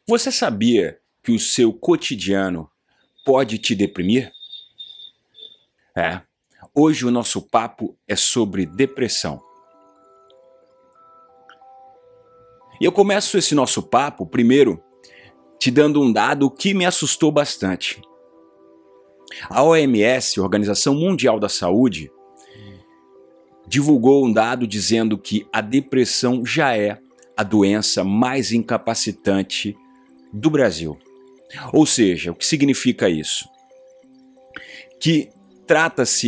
Você sabia que o seu cotidiano pode te deprimir? É. Hoje o nosso papo é sobre depressão. E eu começo esse nosso papo primeiro te dando um dado que me assustou bastante. A OMS, Organização Mundial da Saúde, divulgou um dado dizendo que a depressão já é a doença mais incapacitante do Brasil. Ou seja, o que significa isso? Que trata-se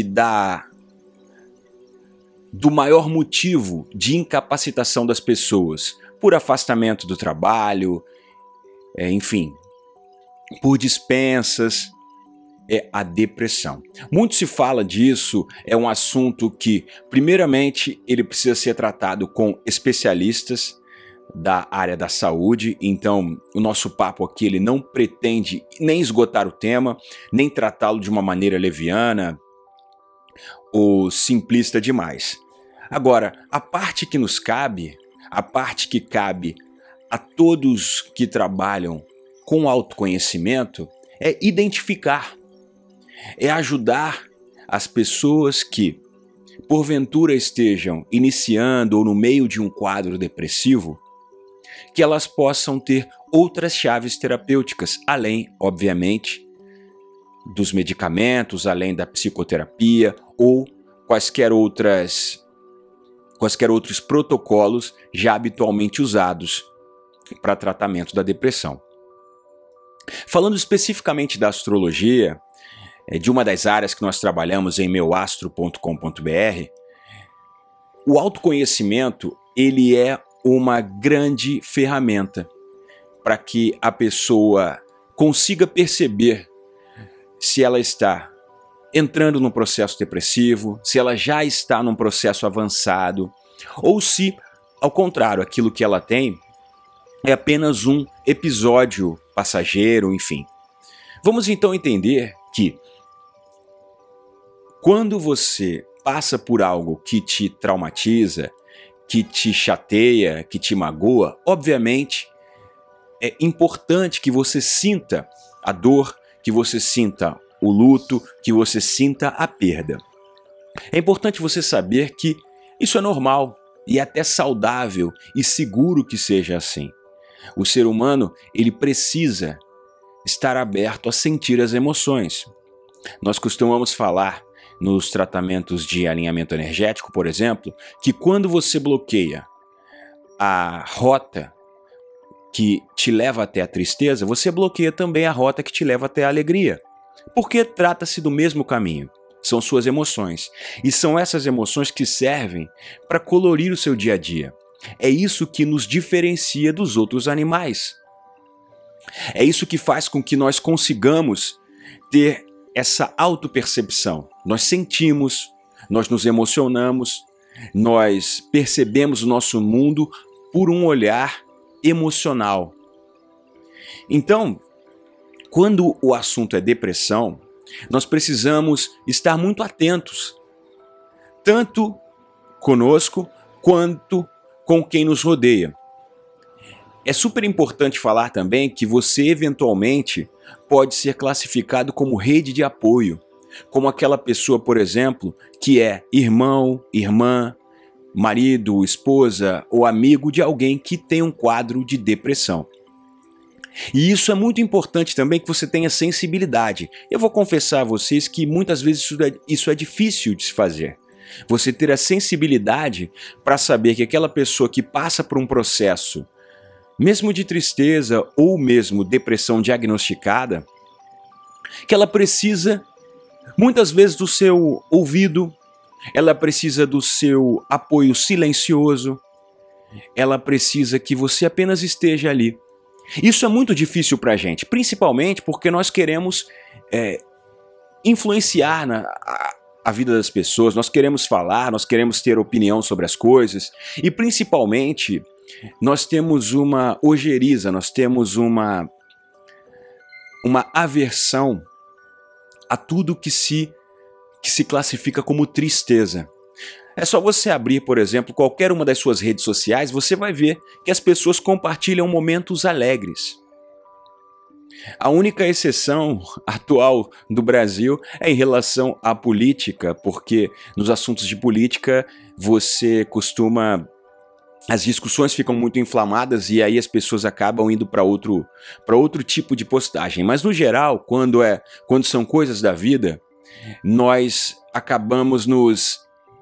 do maior motivo de incapacitação das pessoas, por afastamento do trabalho, enfim, por dispensas, é a depressão. Muito se fala disso, é um assunto que, primeiramente, ele precisa ser tratado com especialistas da área da saúde, então o nosso papo aqui ele não pretende nem esgotar o tema, nem tratá-lo de uma maneira leviana ou simplista demais. Agora, a parte que nos cabe, a parte que cabe a todos que trabalham com autoconhecimento é identificar, é ajudar as pessoas que, porventura, estejam iniciando ou no meio de um quadro depressivo, que elas possam ter outras chaves terapêuticas, além, obviamente, dos medicamentos, além da psicoterapia ou quaisquer outros protocolos já habitualmente usados para tratamento da depressão. Falando especificamente da astrologia, de uma das áreas que nós trabalhamos em meuastro.com.br, o autoconhecimento ele é uma grande ferramenta para que a pessoa consiga perceber se ela está entrando num processo depressivo, se ela já está num processo avançado, ou se, ao contrário, aquilo que ela tem é apenas um episódio passageiro, enfim. Vamos então entender que quando você passa por algo que te traumatiza, que te chateia, que te magoa, obviamente é importante que você sinta a dor, que você sinta o luto, que você sinta a perda. É importante você saber que isso é normal e até saudável e seguro que seja assim. O ser humano, ele precisa estar aberto a sentir as emoções. Nós costumamos falar nos tratamentos de alinhamento energético, por exemplo, que quando você bloqueia a rota que te leva até a tristeza, você bloqueia também a rota que te leva até a alegria. Porque trata-se do mesmo caminho. São suas emoções. E são essas emoções que servem para colorir o seu dia a dia. É isso que nos diferencia dos outros animais. É isso que faz com que nós consigamos ter essa autopercepção. Nós sentimos, nós nos emocionamos, nós percebemos o nosso mundo por um olhar emocional. Então, quando o assunto é depressão, nós precisamos estar muito atentos, tanto conosco quanto com quem nos rodeia. É super importante falar também que você eventualmente pode ser classificado como rede de apoio, como aquela pessoa, por exemplo, que é irmão, irmã, marido, esposa ou amigo de alguém que tem um quadro de depressão. E isso é muito importante também que você tenha sensibilidade. Eu vou confessar a vocês que muitas vezes isso é difícil de se fazer. Você ter a sensibilidade para saber que aquela pessoa que passa por um processo, mesmo de tristeza ou mesmo depressão diagnosticada, que ela precisa muitas vezes do seu ouvido, ela precisa do seu apoio silencioso, ela precisa que você apenas esteja ali. Isso é muito difícil para a gente, principalmente porque nós queremos influenciar a vida das pessoas, nós queremos falar, nós queremos ter opinião sobre as coisas e principalmente nós temos uma ojeriza, nós temos uma aversão a tudo que se classifica como tristeza. É só você abrir, por exemplo, qualquer uma das suas redes sociais, você vai ver que as pessoas compartilham momentos alegres. A única exceção atual do Brasil é em relação à política, porque nos assuntos de política você costuma... As discussões ficam muito inflamadas e aí as pessoas acabam indo para outro tipo de postagem. Mas no geral, quando são coisas da vida, nós acabamos nos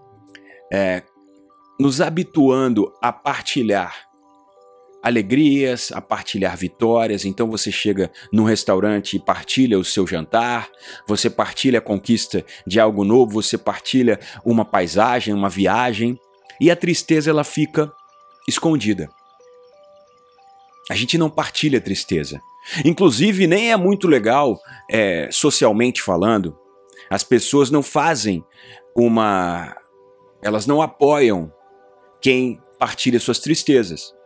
habituando a partilhar alegrias, a partilhar vitórias. Então você chega num restaurante e partilha o seu jantar, você partilha a conquista de algo novo, você partilha uma paisagem, uma viagem, e a tristeza ela fica escondida. A gente não partilha a tristeza. Inclusive nem é muito legal, socialmente falando, as pessoas não fazem elas não apoiam quem partilha suas tristezas.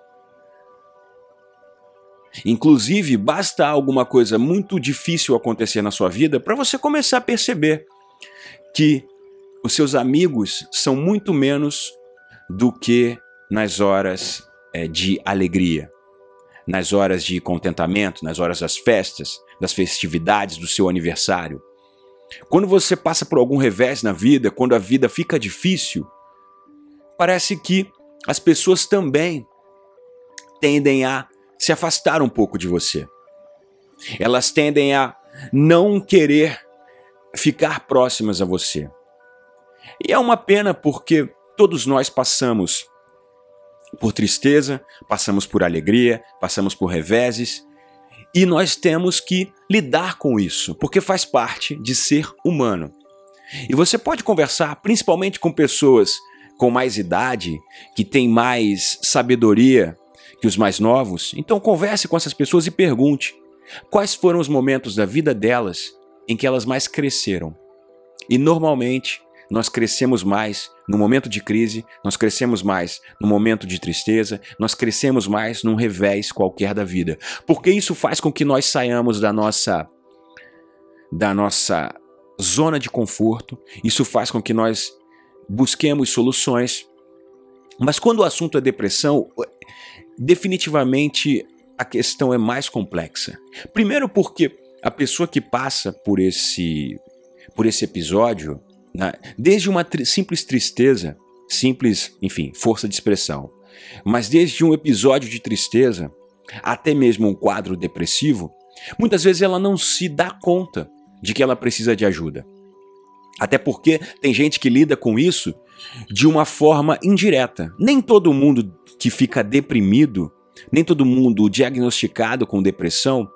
Inclusive, basta alguma coisa muito difícil acontecer na sua vida para você começar a perceber que os seus amigos são muito menos do que nas horas de alegria, nas horas de contentamento, nas horas das festas, das festividades do seu aniversário. Quando você passa por algum revés na vida, quando a vida fica difícil, parece que as pessoas também tendem a se afastar um pouco de você. Elas tendem a não querer ficar próximas a você. E é uma pena porque todos nós passamos por tristeza, passamos por alegria, passamos por reveses, e nós temos que lidar com isso, porque faz parte de ser humano. E você pode conversar principalmente com pessoas com mais idade, que têm mais sabedoria que os mais novos. Então converse com essas pessoas e pergunte quais foram os momentos da vida delas em que elas mais cresceram. E normalmente nós crescemos mais no momento de crise, nós crescemos mais no momento de tristeza, nós crescemos mais num revés qualquer da vida. Porque isso faz com que nós saiamos da nossa zona de conforto, isso faz com que nós busquemos soluções. Mas quando o assunto é depressão, definitivamente a questão é mais complexa. Primeiro porque a pessoa que passa por esse episódio, desde uma simples tristeza, enfim, força de expressão, mas desde um episódio de tristeza até mesmo um quadro depressivo, muitas vezes ela não se dá conta de que ela precisa de ajuda. Até porque tem gente que lida com isso de uma forma indireta. Nem todo mundo que fica deprimido, nem todo mundo diagnosticado com depressão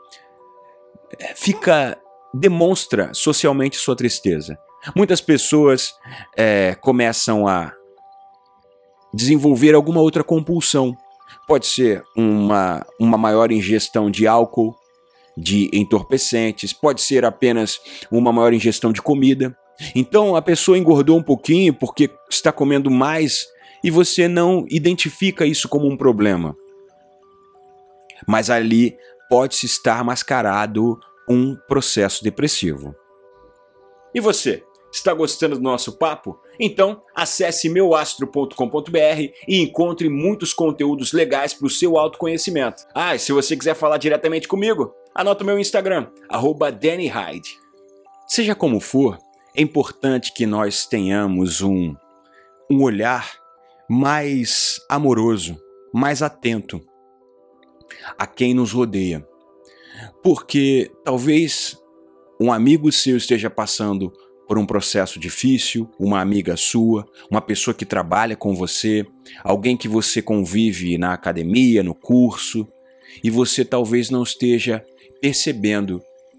demonstra socialmente sua tristeza. Muitas pessoas começam a desenvolver alguma outra compulsão. Pode ser uma maior ingestão de álcool, de entorpecentes, pode ser apenas uma maior ingestão de comida. Então a pessoa engordou um pouquinho porque está comendo mais e você não identifica isso como um problema. Mas ali pode-se estar mascarado um processo depressivo. E você? Está gostando do nosso papo? Então acesse meuastro.com.br e encontre muitos conteúdos legais para o seu autoconhecimento. E se você quiser falar diretamente comigo, anota o meu Instagram, @DannyHyde. Seja como for, é importante que nós tenhamos um olhar mais amoroso, mais atento a quem nos rodeia. Porque talvez um amigo seu esteja passando por um processo difícil, uma amiga sua, uma pessoa que trabalha com você, alguém que você convive na academia, no curso, e você talvez não esteja percebendo.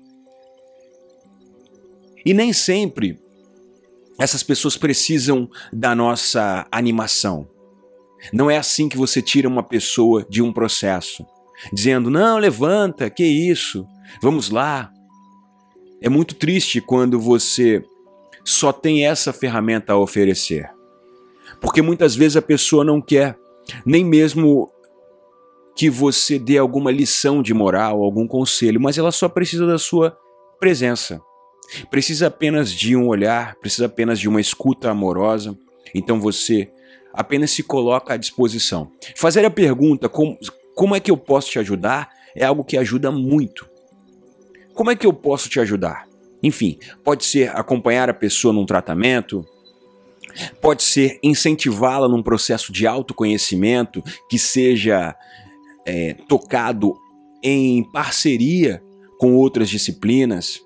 E nem sempre essas pessoas precisam da nossa animação. Não é assim que você tira uma pessoa de um processo, dizendo, não, levanta, que isso, vamos lá. É muito triste quando você só tem essa ferramenta a oferecer. Porque muitas vezes a pessoa não quer nem mesmo que você dê alguma lição de moral, algum conselho, mas ela só precisa da sua presença. Precisa apenas de um olhar, precisa apenas de uma escuta amorosa. Então você apenas se coloca à disposição. Fazer a pergunta, como é que eu posso te ajudar, é algo que ajuda muito. Como é que eu posso te ajudar? Enfim, pode ser acompanhar a pessoa num tratamento, pode ser incentivá-la num processo de autoconhecimento que seja tocado em parceria com outras disciplinas.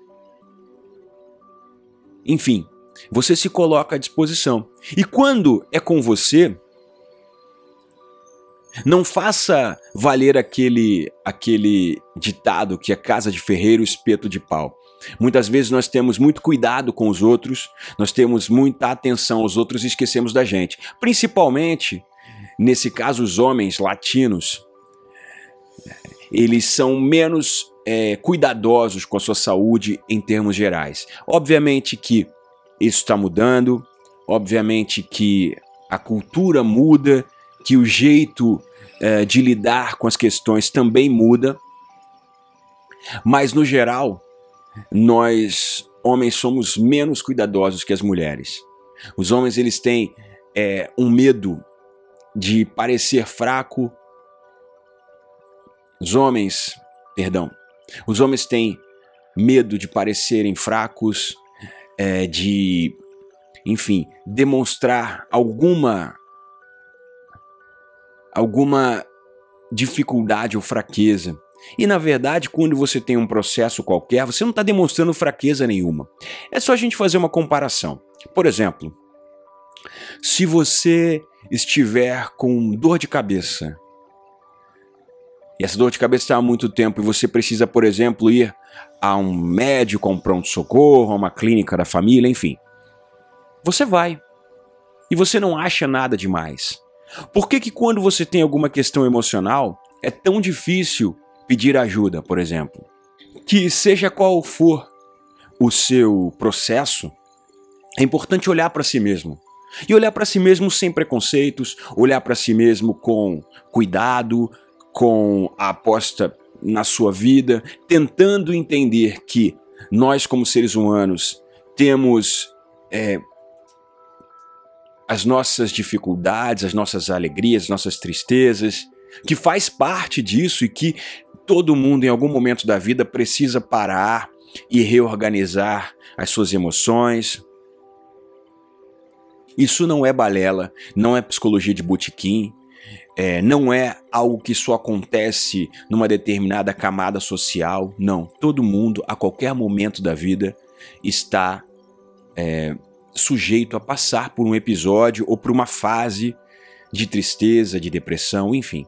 Enfim, você se coloca à disposição. E quando é com você, não faça valer aquele ditado que é casa de ferreiro, espeto de pau. Muitas vezes nós temos muito cuidado com os outros, nós temos muita atenção aos outros e esquecemos da gente. Principalmente, nesse caso, os homens latinos, eles são menos cuidadosos com a sua saúde em termos gerais. Obviamente que isso está mudando, obviamente que a cultura muda, que o jeito de lidar com as questões também muda, mas no geral, nós homens somos menos cuidadosos que as mulheres. Os homens eles têm um medo de parecer fraco. Os homens têm medo de parecerem fracos, de, enfim, demonstrar alguma dificuldade ou fraqueza. E na verdade, quando você tem um processo qualquer, você não está demonstrando fraqueza nenhuma. É só a gente fazer uma comparação. Por exemplo, se você estiver com dor de cabeça, e essa dor de cabeça está há muito tempo, e você precisa, por exemplo, ir a um médico, a um pronto-socorro, a uma clínica da família, enfim. Você vai. E você não acha nada demais. Por que quando você tem alguma questão emocional, é tão difícil pedir ajuda, por exemplo? Que seja qual for o seu processo, é importante olhar para si mesmo. E olhar para si mesmo sem preconceitos, olhar para si mesmo com cuidado, com a aposta na sua vida, tentando entender que nós, como seres humanos, temos as nossas dificuldades, as nossas alegrias, as nossas tristezas, que faz parte disso e que todo mundo em algum momento da vida precisa parar e reorganizar as suas emoções. Isso não é balela, não é psicologia de botequim, não é algo que só acontece numa determinada camada social. Não, todo mundo, a qualquer momento da vida, está sujeito a passar por um episódio ou por uma fase de tristeza, de depressão, enfim.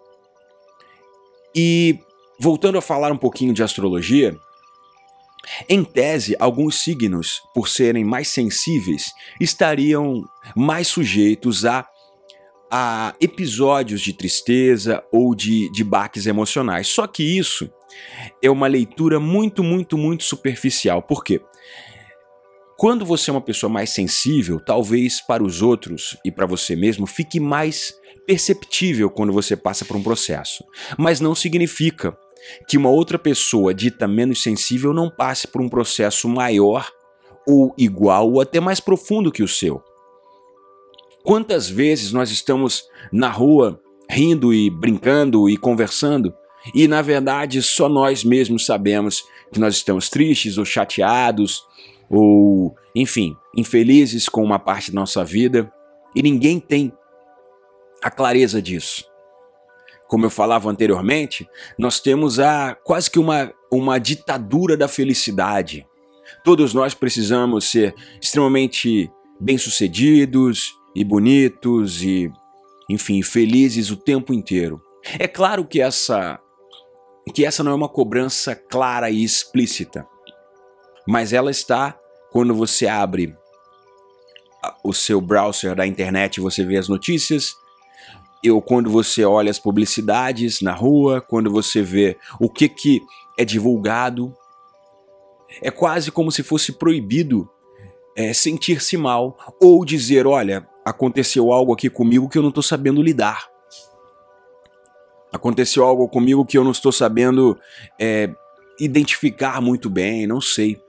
E voltando a falar um pouquinho de astrologia, em tese, alguns signos, por serem mais sensíveis, estariam mais sujeitos a episódios de tristeza ou de baques emocionais. Só que isso é uma leitura muito, muito, muito superficial. Por quê? Quando você é uma pessoa mais sensível, talvez para os outros e para você mesmo fique mais perceptível quando você passa por um processo. Mas não significa que uma outra pessoa dita menos sensível não passe por um processo maior ou igual ou até mais profundo que o seu. Quantas vezes nós estamos na rua rindo e brincando e conversando e na verdade só nós mesmos sabemos que nós estamos tristes ou chateados ou, enfim, infelizes com uma parte da nossa vida e ninguém tem a clareza disso. Como eu falava anteriormente, nós temos quase que uma ditadura da felicidade. Todos nós precisamos ser extremamente bem-sucedidos e bonitos e, enfim, felizes o tempo inteiro. É claro que essa não é uma cobrança clara e explícita, mas ela está quando você abre o seu browser da internet e você vê as notícias, ou quando você olha as publicidades na rua, quando você vê o que é divulgado. É quase como se fosse proibido sentir-se mal ou dizer, olha, aconteceu algo aqui comigo que eu não estou sabendo lidar. Aconteceu algo comigo que eu não estou sabendo identificar muito bem, não sei.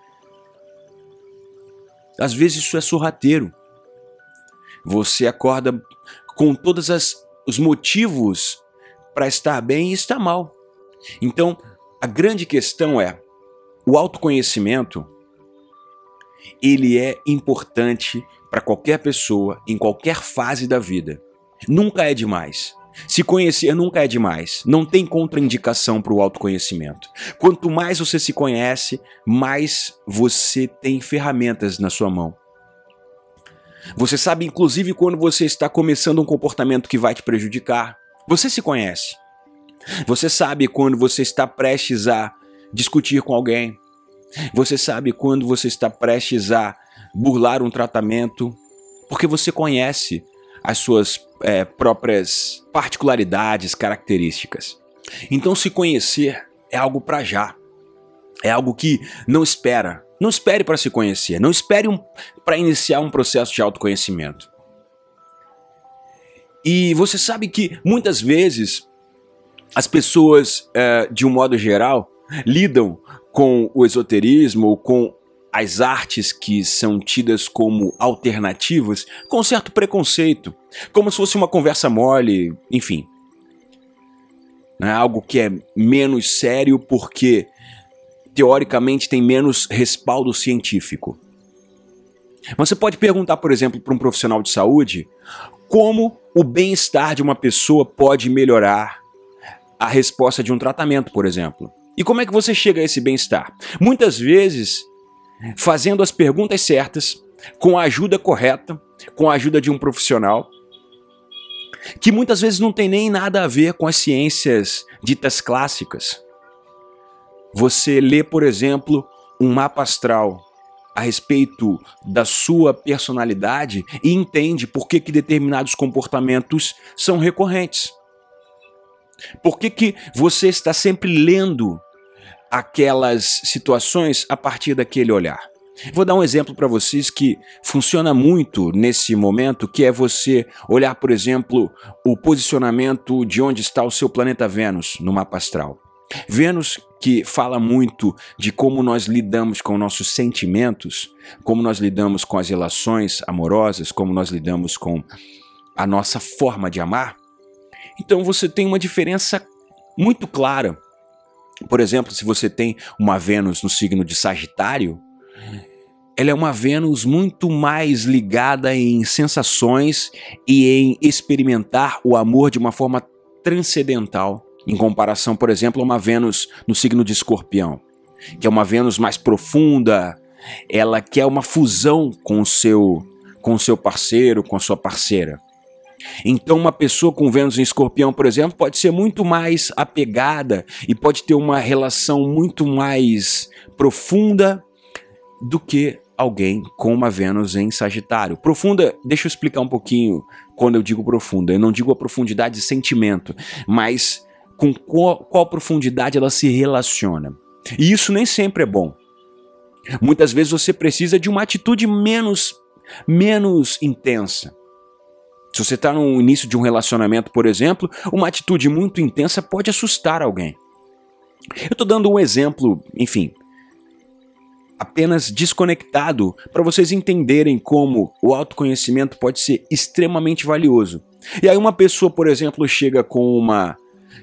Às vezes isso é sorrateiro. Você acorda com todos os motivos para estar bem e estar mal. Então, a grande questão é O autoconhecimento, ele é importante para qualquer pessoa, em qualquer fase da vida. Nunca é demais. Se conhecer nunca é demais. Não tem contraindicação para o autoconhecimento. Quanto mais você se conhece, mais você tem ferramentas na sua mão. Você sabe, inclusive, quando você está começando um comportamento que vai te prejudicar. Você se conhece. Você sabe quando você está prestes a discutir com alguém. Você sabe quando você está prestes a burlar um tratamento, porque você conhece as suas próprias particularidades, características. Então, se conhecer é algo para já. É algo que não espera. Não espere para se conhecer. Não espere para iniciar um processo de autoconhecimento. E você sabe que muitas vezes as pessoas, de um modo geral, lidam com o esoterismo ou com as artes que são tidas como alternativas com certo preconceito, como se fosse uma conversa mole, enfim. Algo que é menos sério porque, teoricamente, tem menos respaldo científico. Você pode perguntar, por exemplo, para um profissional de saúde como o bem-estar de uma pessoa pode melhorar a resposta de um tratamento, por exemplo. E como é que você chega a esse bem-estar? Muitas vezes, fazendo as perguntas certas, com a ajuda correta, com a ajuda de um profissional, que muitas vezes não tem nem nada a ver com as ciências ditas clássicas. Você lê, por exemplo, um mapa astral a respeito da sua personalidade e entende por que determinados comportamentos são recorrentes. Por que você está sempre lendo aquelas situações a partir daquele olhar? Vou dar um exemplo para vocês que funciona muito nesse momento, que é você olhar, por exemplo, o posicionamento de onde está o seu planeta Vênus no mapa astral. Vênus, que fala muito de como nós lidamos com nossos sentimentos, como nós lidamos com as relações amorosas, como nós lidamos com a nossa forma de amar. Então você tem uma diferença muito clara. Por exemplo, se você tem uma Vênus no signo de Sagitário, ela é uma Vênus muito mais ligada em sensações e em experimentar o amor de uma forma transcendental, em comparação, por exemplo, a uma Vênus no signo de Escorpião, que é uma Vênus mais profunda, ela quer uma fusão com o seu parceiro, com a sua parceira. Então uma pessoa com Vênus em Escorpião, por exemplo, pode ser muito mais apegada e pode ter uma relação muito mais profunda do que alguém com uma Vênus em Sagitário. Profunda, deixa eu explicar um pouquinho quando eu digo profunda. Eu não digo a profundidade de sentimento, mas com qual profundidade ela se relaciona. E isso nem sempre é bom. Muitas vezes você precisa de uma atitude menos intensa. Se você está no início de um relacionamento, por exemplo, uma atitude muito intensa pode assustar alguém. Eu estou dando um exemplo, enfim, apenas desconectado para vocês entenderem como o autoconhecimento pode ser extremamente valioso. E aí uma pessoa, por exemplo, chega com uma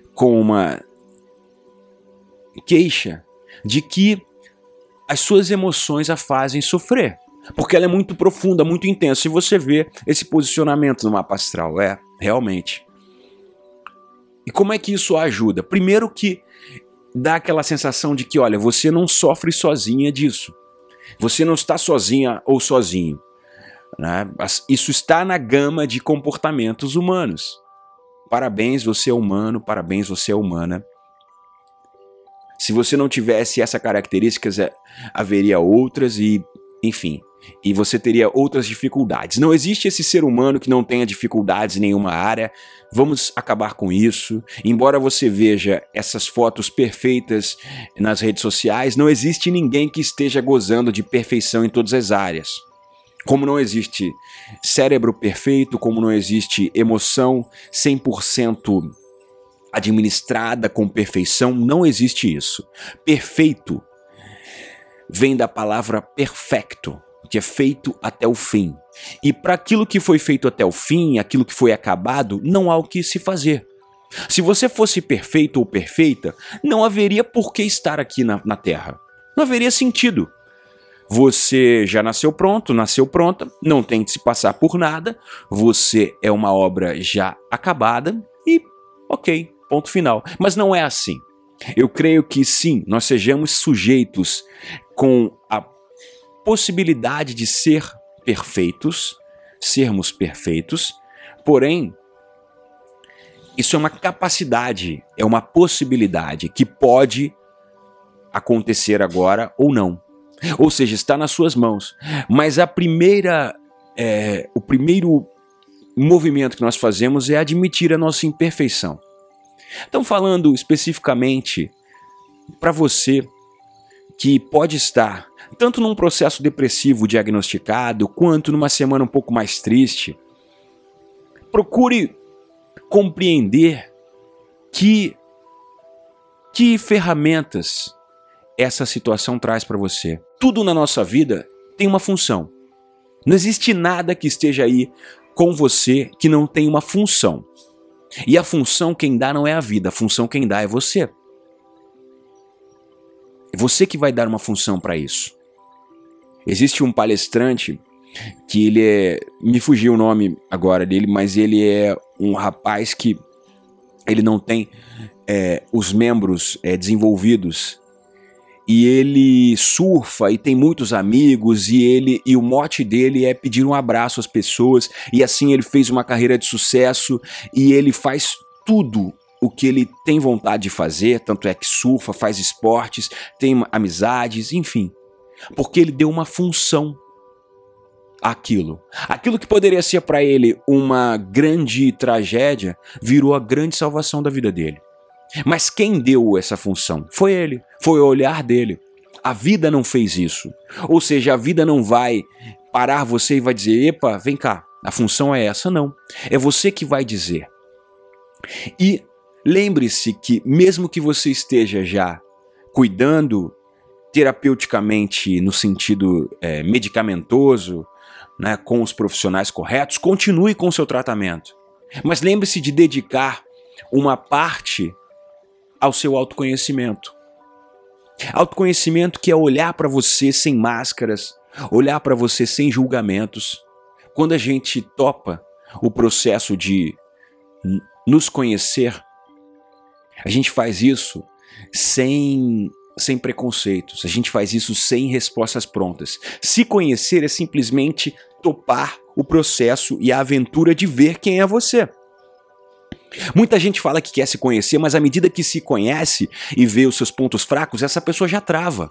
queixa de que as suas emoções a fazem sofrer, porque ela é muito profunda, muito intensa. E você vê esse posicionamento no mapa astral, realmente. E como é que isso ajuda? Primeiro que dá aquela sensação de que, olha, você não sofre sozinha disso. Você não está sozinha ou sozinho. Né? Isso está na gama de comportamentos humanos. Parabéns, você é humano, parabéns, você é humana. Se você não tivesse essa características, haveria outras e, enfim, e você teria outras dificuldades. Não existe esse ser humano que não tenha dificuldades em nenhuma área. Vamos acabar com isso. Embora você veja essas fotos perfeitas nas redes sociais, não existe ninguém que esteja gozando de perfeição em todas as áreas. Como não existe cérebro perfeito, como não existe emoção 100% administrada com perfeição, não existe isso. Perfeito vem da palavra perfecto, que é feito até o fim. E para aquilo que foi feito até o fim, aquilo que foi acabado, não há o que se fazer. Se você fosse perfeito ou perfeita, não haveria por que estar aqui na Terra. Não haveria sentido. Você já nasceu pronto, nasceu pronta, não tem que se passar por nada, você é uma obra já acabada e ok, ponto final. Mas não é assim. Eu creio que sim, nós sejamos sujeitos com a possibilidade de sermos perfeitos, porém, isso é uma capacidade, é uma possibilidade que pode acontecer agora ou não. Ou seja, está nas suas mãos. Mas o primeiro movimento que nós fazemos é admitir a nossa imperfeição. Então, falando especificamente para você que pode estar tanto num processo depressivo diagnosticado, quanto numa semana um pouco mais triste, procure compreender que ferramentas essa situação traz para você. Tudo na nossa vida tem uma função. Não existe nada que esteja aí com você que não tem uma função. E a função quem dá não é a vida, a função quem dá é você. É você que vai dar uma função para isso. Existe um palestrante que me fugiu o nome agora dele, mas ele é um rapaz que ele não tem os membros desenvolvidos. E ele surfa e tem muitos amigos e o mote dele é pedir um abraço às pessoas, e assim ele fez uma carreira de sucesso e ele faz tudo o que ele tem vontade de fazer, tanto é que surfa, faz esportes, tem amizades, enfim, porque ele deu uma função àquilo. Aquilo que poderia ser para ele uma grande tragédia virou a grande salvação da vida dele. Mas quem deu essa função? Foi ele, foi o olhar dele. A vida não fez isso. Ou seja, a vida não vai parar você e vai dizer, epa, vem cá, a função é essa, não. É você que vai dizer. E lembre-se que mesmo que você esteja já cuidando terapeuticamente no sentido medicamentoso, né, com os profissionais corretos, continue com o seu tratamento. Mas lembre-se de dedicar uma parte ao seu autoconhecimento. Autoconhecimento que é olhar para você sem máscaras, olhar para você sem julgamentos. Quando a gente topa o processo de nos conhecer, a gente faz isso sem preconceitos, a gente faz isso sem respostas prontas. Se conhecer é simplesmente topar o processo e a aventura de ver quem é você. Muita gente fala que quer se conhecer, mas à medida que se conhece e vê os seus pontos fracos, essa pessoa já trava.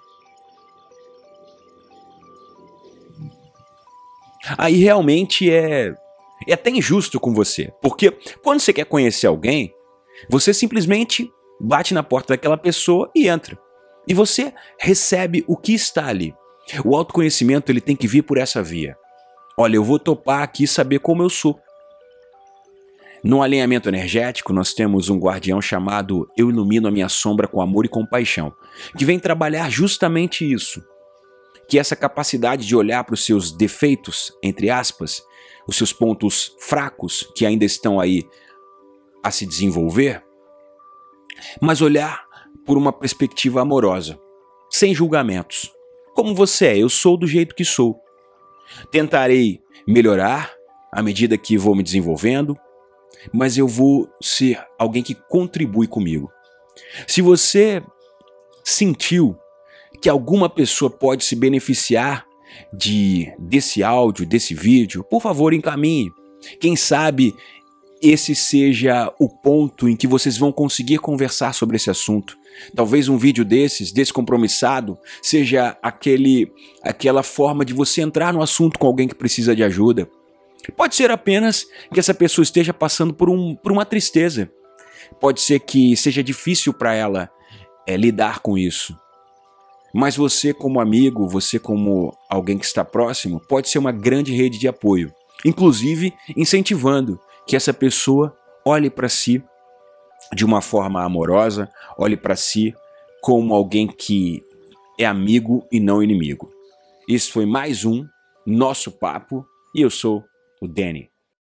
Aí realmente é até injusto com você, porque quando você quer conhecer alguém, você simplesmente bate na porta daquela pessoa e entra. E você recebe o que está ali. O autoconhecimento ele tem que vir por essa via. Olha, eu vou topar aqui saber como eu sou. No alinhamento energético, nós temos um guardião chamado Eu Ilumino a Minha Sombra com Amor e Compaixão, que vem trabalhar justamente isso, que essa capacidade de olhar para os seus defeitos, entre aspas, os seus pontos fracos que ainda estão aí a se desenvolver, mas olhar por uma perspectiva amorosa, sem julgamentos. Como você é, eu sou do jeito que sou. Tentarei melhorar à medida que vou me desenvolvendo, mas eu vou ser alguém que contribui comigo. Se você sentiu que alguma pessoa pode se beneficiar desse áudio, desse vídeo, por favor, encaminhe. Quem sabe esse seja o ponto em que vocês vão conseguir conversar sobre esse assunto. Talvez um vídeo descompromissado, seja aquela forma de você entrar no assunto com alguém que precisa de ajuda. Pode ser apenas que essa pessoa esteja passando por uma tristeza. Pode ser que seja difícil para ela lidar com isso. Mas você como amigo, você como alguém que está próximo, pode ser uma grande rede de apoio. Inclusive incentivando que essa pessoa olhe para si de uma forma amorosa, olhe para si como alguém que é amigo e não inimigo. Isso foi mais um Nosso Papo e eu sou o Danny.